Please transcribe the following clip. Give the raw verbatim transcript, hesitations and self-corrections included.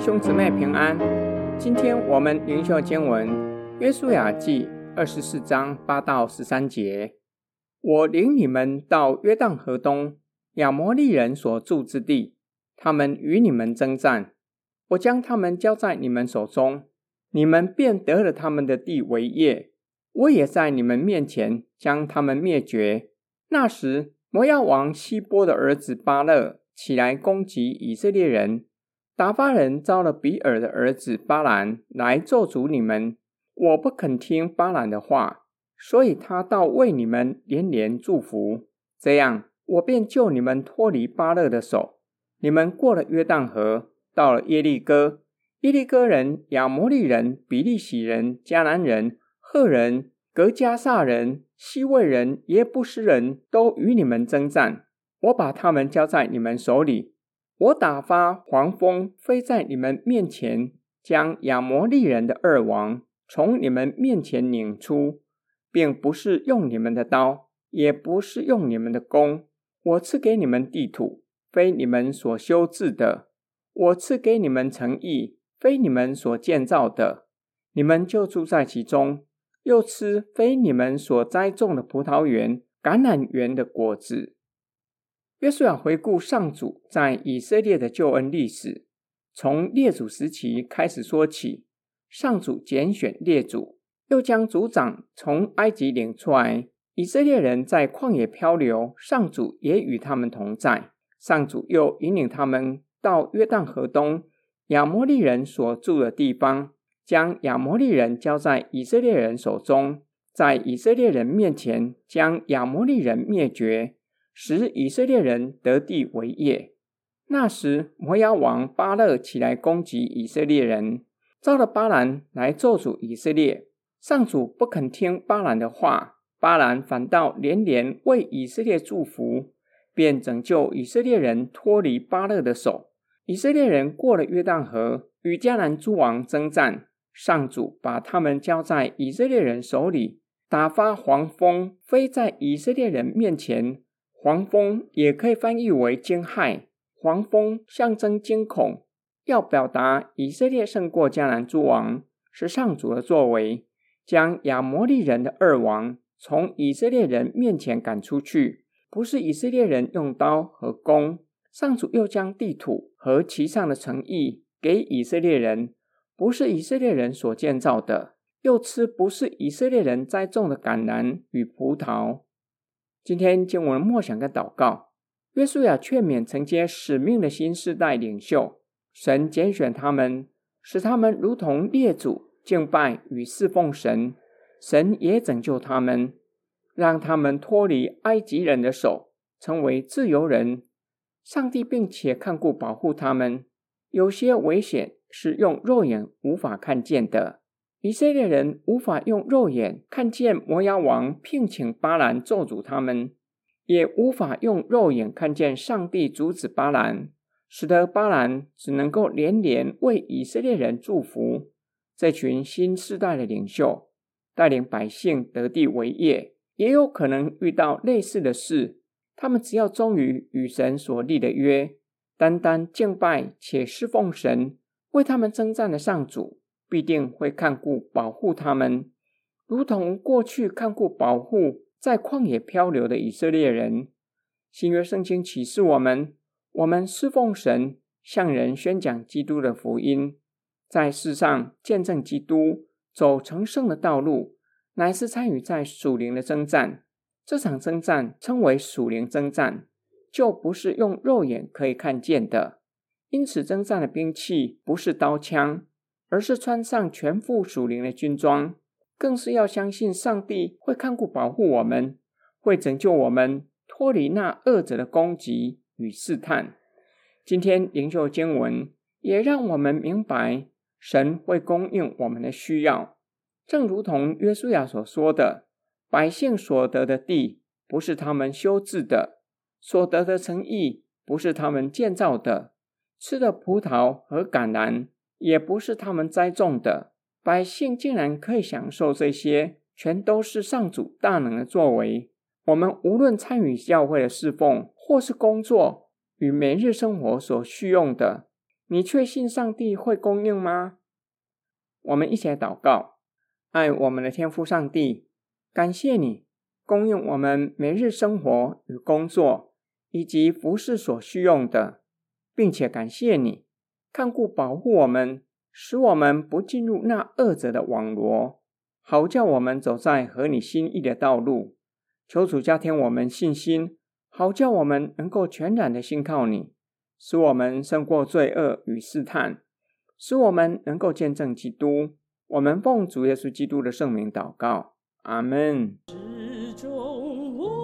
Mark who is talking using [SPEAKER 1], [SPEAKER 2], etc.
[SPEAKER 1] 兄姊妹平安。今天我们灵修经文约书亚记二十四章八到十三节。我领你们到约旦河东亚摩利人所住之地，他们与你们征战，我将他们交在你们手中，你们便得了他们的地为业。我也在你们面前将他们灭绝。那时摩押王希波的儿子巴勒起来攻击以色列人，打发人招了比尔的儿子巴兰来咒诅你们，我不肯听巴兰的话，所以他倒为你们连连祝福，这样我便救你们脱离巴勒的手。你们过了约旦河，到了耶利哥，耶利哥人、亚摩利人、比利洗人、迦南人、赫人、革迦撒人、西魏人、耶布斯人都与你们征战，我把他们交在你们手里。我打发黄蜂飞在你们面前，将亚摩利人的二王从你们面前拧出，并不是用你们的刀，也不是用你们的弓。我赐给你们地土，非你们所修治的；我赐给你们城邑，非你们所建造的。你们就住在其中，又吃非你们所栽种的葡萄园、橄榄园的果子。约书亚回顾上主在以色列的救恩历史，从列祖时期开始说起。上主拣选列祖，又将族长从埃及领出来。以色列人在旷野漂流，上主也与他们同在。上主又引领他们到约旦河东亚摩利人所住的地方，将亚摩利人交在以色列人手中，在以色列人面前将亚摩利人灭绝，使以色列人得地为业。那时摩押王巴勒起来攻击以色列人，召了巴兰来咒诅以色列。上主不肯听巴兰的话，巴兰反倒连连为以色列祝福，便拯救以色列人脱离巴勒的手。以色列人过了约旦河，与迦南诸王征战，上主把他们交在以色列人手里，打发黄蜂飞在以色列人面前。黄蜂也可以翻译为惊骇，黄蜂象征惊恐，要表达以色列胜过迦南诸王，是上主的作为，将亚摩利人的二王从以色列人面前赶出去，不是以色列人用刀和弓。上主又将地土和其上的城邑给以色列人，不是以色列人所建造的，又吃不是以色列人栽种的橄榄与葡萄。今天经文默想跟祷告，约书亚劝勉承接使命的新世代领袖，神拣选他们，使他们如同列祖敬拜与侍奉神，神也拯救他们，让他们脱离埃及人的手，成为自由人。上帝并且看顾保护他们，有些危险是用肉眼无法看见的。以色列人无法用肉眼看见摩押王聘请巴兰咒诅他们，也无法用肉眼看见上帝阻止巴兰，使得巴兰只能够连连为以色列人祝福。这群新世代的领袖带领百姓得地为业，也有可能遇到类似的事。他们只要忠于与神所立的约，单单敬拜且侍奉神，为他们征战的上主必定会看顾保护他们，如同过去看顾保护在旷野漂流的以色列人。新约圣经启示我们，我们侍奉神，向人宣讲基督的福音，在世上见证基督，走成圣的道路，乃是参与在属灵的征战。这场征战称为属灵征战，就不是用肉眼可以看见的。因此征战的兵器不是刀枪，而是穿上全副属灵的军装，更是要相信上帝会看顾保护我们，会拯救我们脱离那恶者的攻击与试探。今天灵修经文也让我们明白，神会供应我们的需要，正如同约书亚所说的，百姓所得的地不是他们修治的，所得的城邑不是他们建造的，吃的葡萄和橄榄也不是他们栽种的。百姓竟然可以享受这些，全都是上主大能的作为。我们无论参与教会的侍奉，或是工作与每日生活所需用的， 你确信上帝会供应吗？我们一起来祷告。爱我们的天父上帝，感谢你供应我们每日生活与工作以及服事所需用的，并且感谢你看顾保护我们，使我们不进入那恶者的网罗，好叫我们走在合你心意的道路。求主加添我们信心，好叫我们能够全然的信靠你，使我们胜过罪恶与试探，使我们能够见证基督。我们奉主耶稣基督的圣名祷告，阿们。